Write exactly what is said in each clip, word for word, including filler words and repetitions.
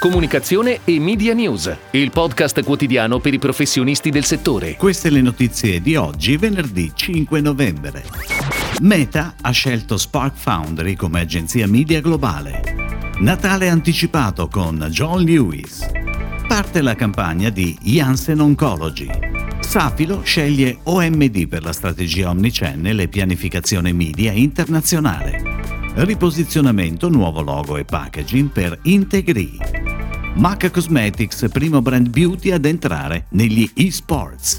Comunicazione e Media News, il podcast quotidiano per i professionisti del settore. Queste le notizie di oggi, venerdì cinque novembre. Meta ha scelto Spark Foundry come agenzia media globale. Natale anticipato con John Lewis. Parte la campagna di Janssen Oncology. Safilo sceglie O M D per la strategia omnichannel e pianificazione media internazionale. Riposizionamento, nuovo logo e packaging per Integri. MAC Cosmetics, primo brand beauty ad entrare negli e-sports.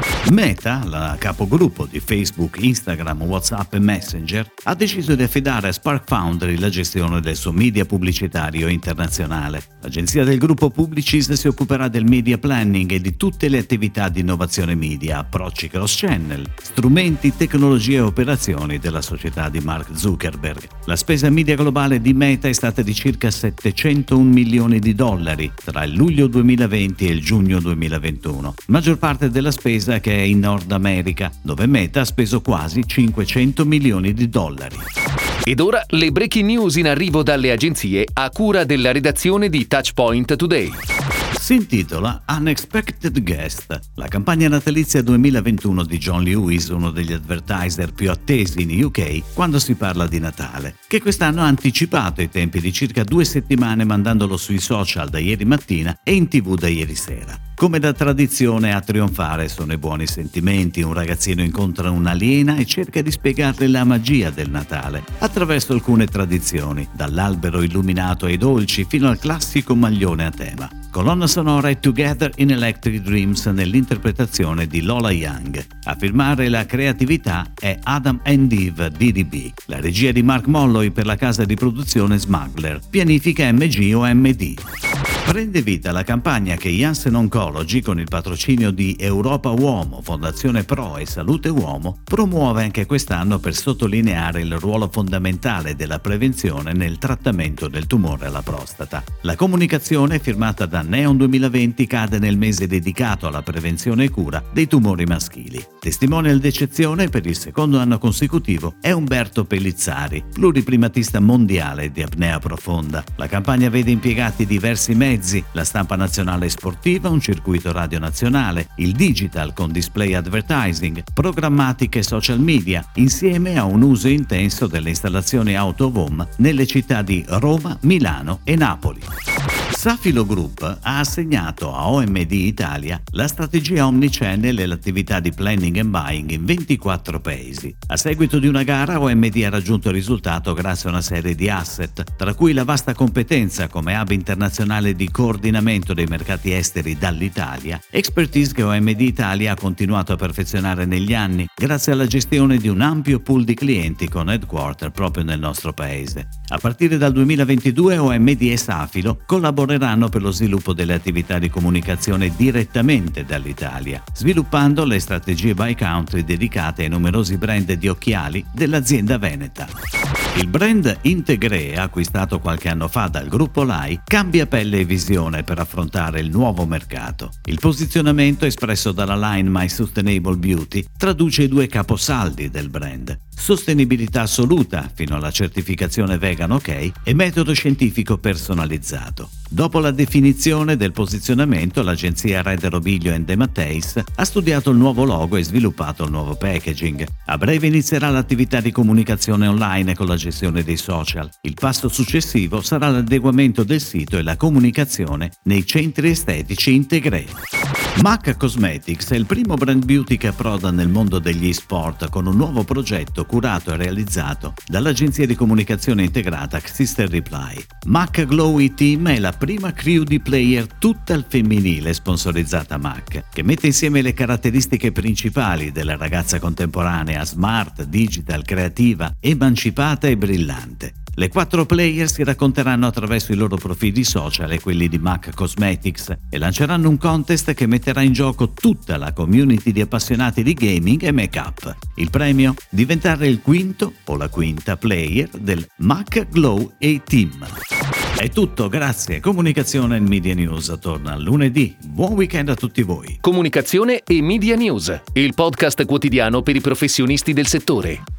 Meta, la capogruppo di Facebook, Instagram, WhatsApp e Messenger, ha deciso di affidare a Spark Foundry la gestione del suo media pubblicitario internazionale. L'agenzia del gruppo Publicis si occuperà del media planning e di tutte le attività di innovazione media, approcci cross-channel, strumenti, tecnologie e operazioni della società di Mark Zuckerberg. La spesa media globale di Meta è stata di circa settecentouno milioni di dollari tra il luglio duemilaventi e il giugno duemilaventuno. Maggior parte della spesa che è in Nord America, dove Meta ha speso quasi cinquecento milioni di dollari. Ed ora le breaking news in arrivo dalle agenzie a cura della redazione di Touchpoint Today. Si intitola Unexpected Guest, la campagna natalizia duemilaventuno di John Lewis, uno degli advertiser più attesi in U K quando si parla di Natale, che quest'anno ha anticipato i tempi di circa due settimane mandandolo sui social da ieri mattina e in tv da ieri sera. Come da tradizione, a trionfare sono i buoni sentimenti. Un ragazzino incontra un'aliena e cerca di spiegarle la magia del Natale attraverso alcune tradizioni, dall'albero illuminato ai dolci fino al classico maglione a tema. Colonna sonora è Together in Electric Dreams nell'interpretazione di Lola Young. A firmare la creatività è Adam and Eve D D B. La regia di Mark Molloy per la casa di produzione Smuggler. Pianifica M G O M D. Prende vita la campagna che Janssen Oncology, con il patrocinio di Europa Uomo, Fondazione Pro e Salute Uomo, promuove anche quest'anno per sottolineare il ruolo fondamentale della prevenzione nel trattamento del tumore alla prostata. La comunicazione, firmata da Neon duemilaventi, cade nel mese dedicato alla prevenzione e cura dei tumori maschili. Testimonial d'eccezione per il secondo anno consecutivo è Umberto Pellizzari, pluriprimatista mondiale di apnea profonda. La campagna vede impiegati diversi mezzi, la stampa nazionale e sportiva, un circuito radio nazionale, il digital con display advertising, programmatica e social media, insieme a un uso intenso delle installazioni out of home nelle città di Roma, Milano e Napoli. Safilo Group ha assegnato a O M D Italia la strategia omnichannel e l'attività di planning and buying in ventiquattro paesi. A seguito di una gara, O M D ha raggiunto il risultato grazie a una serie di asset, tra cui la vasta competenza come hub internazionale di coordinamento dei mercati esteri dall'Italia, expertise che O M D Italia ha continuato a perfezionare negli anni grazie alla gestione di un ampio pool di clienti con headquarter proprio nel nostro paese. A partire dal duemilaventidue O M D e Safilo collaboreranno per lo sviluppo delle attività di comunicazione direttamente dall'Italia, sviluppando le strategie by country dedicate ai numerosi brand di occhiali dell'azienda veneta. Il brand Integre, acquistato qualche anno fa dal gruppo Lai, cambia pelle e visione per affrontare il nuovo mercato. Il posizionamento espresso dalla line My Sustainable Beauty traduce i due caposaldi del brand: sostenibilità assoluta fino alla certificazione Vegan OK e metodo scientifico personalizzato. Dopo la definizione del posizionamento, l'agenzia Red Robiglio and De Matteis ha studiato il nuovo logo e sviluppato il nuovo packaging. A breve inizierà l'attività di comunicazione online con la gestione dei social. Il passo successivo sarà l'adeguamento del sito e la comunicazione nei centri estetici Integre. MAC Cosmetics è il primo brand beauty che approda nel mondo degli e-sport con un nuovo progetto curato e realizzato dall'agenzia di comunicazione integrata Sister Reply. MAC Glow E-Team è la prima crew di player tutta al femminile sponsorizzata MAC, che mette insieme le caratteristiche principali della ragazza contemporanea: smart, digital, creativa, emancipata e brillante. Le quattro player si racconteranno attraverso i loro profili social e quelli di MAC Cosmetics e lanceranno un contest che metterà in gioco tutta la community di appassionati di gaming e make-up. Il premio? Diventare il quinto o la quinta player del MAC Glow A-Team. È tutto, grazie. Comunicazione e Media News torna lunedì. Buon weekend a tutti voi. Comunicazione e Media News, il podcast quotidiano per i professionisti del settore.